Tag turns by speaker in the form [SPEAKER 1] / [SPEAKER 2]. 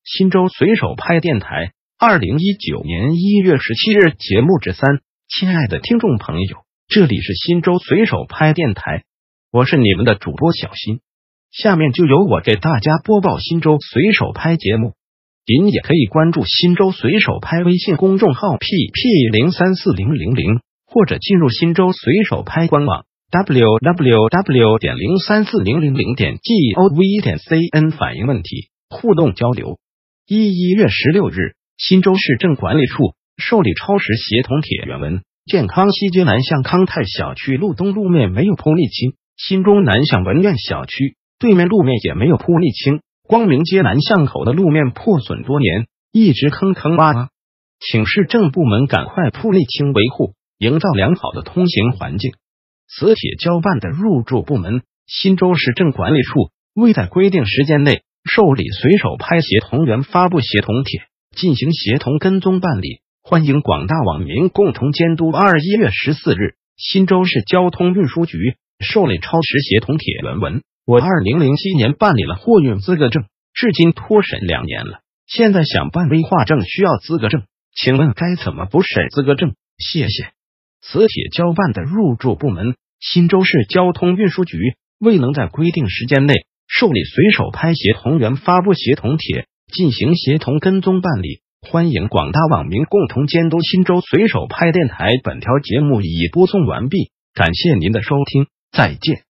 [SPEAKER 1] 新州随手拍电台2019年1月17日节目之3。亲爱的听众朋友，这里是新州随手拍电台，我是你们的主播小新。下面就由我给大家播报新州随手拍节目。您也可以关注新州随手拍微信公众号 pp034000，或者进入新州随手拍官网 www.034000.gov.cn 反映问题，互动交流。1月16日，新州市政管理处受理超时协同帖原文：健康西街南巷康泰小区路东路面没有铺沥青，新中南巷文苑小区对面路面也没有铺沥青，光明街南巷口的路面破损多年，一直坑坑洼洼，请市政部门赶快铺沥青维护，营造良好的通行环境。此帖交办的入驻部门：新州市政管理处未在规定时间内受理随手拍协同员发布协同帖，进行协同跟踪办理，欢迎广大网民共同监督。1月14日，新州市交通运输局受理超时协同帖原文：我2007年办理了货运资格证，至今拖审2年了，现在想办危化证需要资格证，请问该怎么补审资格证？谢谢。此帖交办的入驻部门：新州市交通运输局未能在规定时间内受理随手拍协同员发布协同帖，进行协同跟踪办理，欢迎广大网民共同监督。新州随手拍电台本条节目已播送完毕，感谢您的收听，再见。